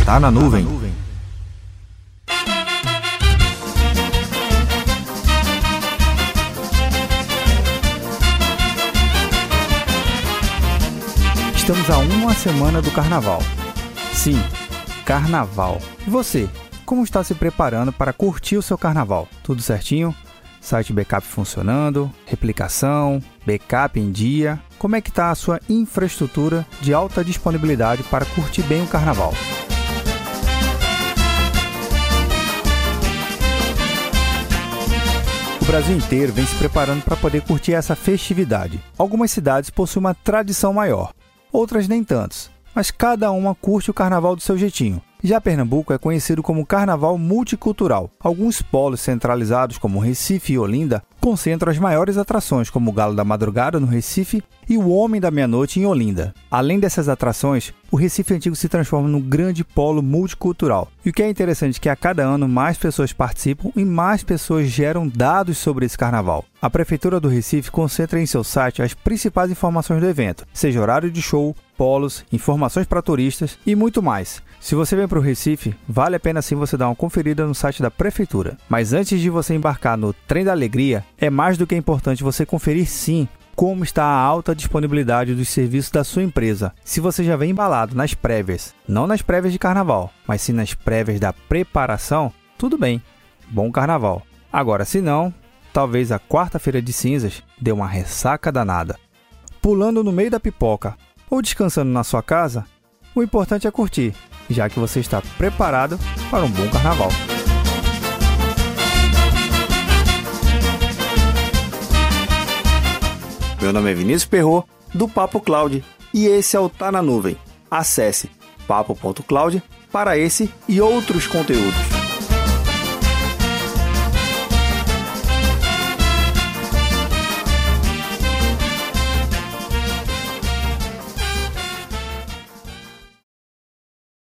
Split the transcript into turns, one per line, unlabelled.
Tá na nuvem. Estamos a uma semana do Carnaval. Sim, Carnaval. E você, como está se preparando para curtir o seu Carnaval? Tudo certinho? Site backup funcionando? Replicação? Backup em dia? Como é que está a sua infraestrutura de alta disponibilidade para curtir bem o Carnaval? O Brasil inteiro vem se preparando para poder curtir essa festividade. Algumas cidades possuem uma tradição maior, outras nem tantos, mas cada uma curte o Carnaval do seu jeitinho. Já Pernambuco é conhecido como Carnaval multicultural. Alguns polos centralizados, como Recife e Olinda, concentram as maiores atrações, como o Galo da Madrugada, no Recife, e o Homem da Meia-Noite, em Olinda. Além dessas atrações, o Recife Antigo se transforma num grande polo multicultural. E o que é interessante é que a cada ano mais pessoas participam e mais pessoas geram dados sobre esse carnaval. A Prefeitura do Recife concentra em seu site as principais informações do evento, seja horário de show, polos, informações para turistas e muito mais. Se você vem para o Recife, vale a pena sim você dar uma conferida no site da Prefeitura. Mas antes de você embarcar no Trem da Alegria, é mais do que importante você conferir sim como está a alta disponibilidade dos serviços da sua empresa. Se você já vem embalado nas prévias, não nas prévias de carnaval, mas sim nas prévias da preparação, tudo bem, bom carnaval. Agora, se não, talvez a quarta-feira de cinzas dê uma ressaca danada. Pulando no meio da pipoca ou descansando na sua casa, o importante é curtir, já que você está preparado para um bom carnaval. Meu nome é Vinícius Perrot, do Papo Cloud, e esse é o Tá na Nuvem. Acesse papo.cloud para esse e outros conteúdos.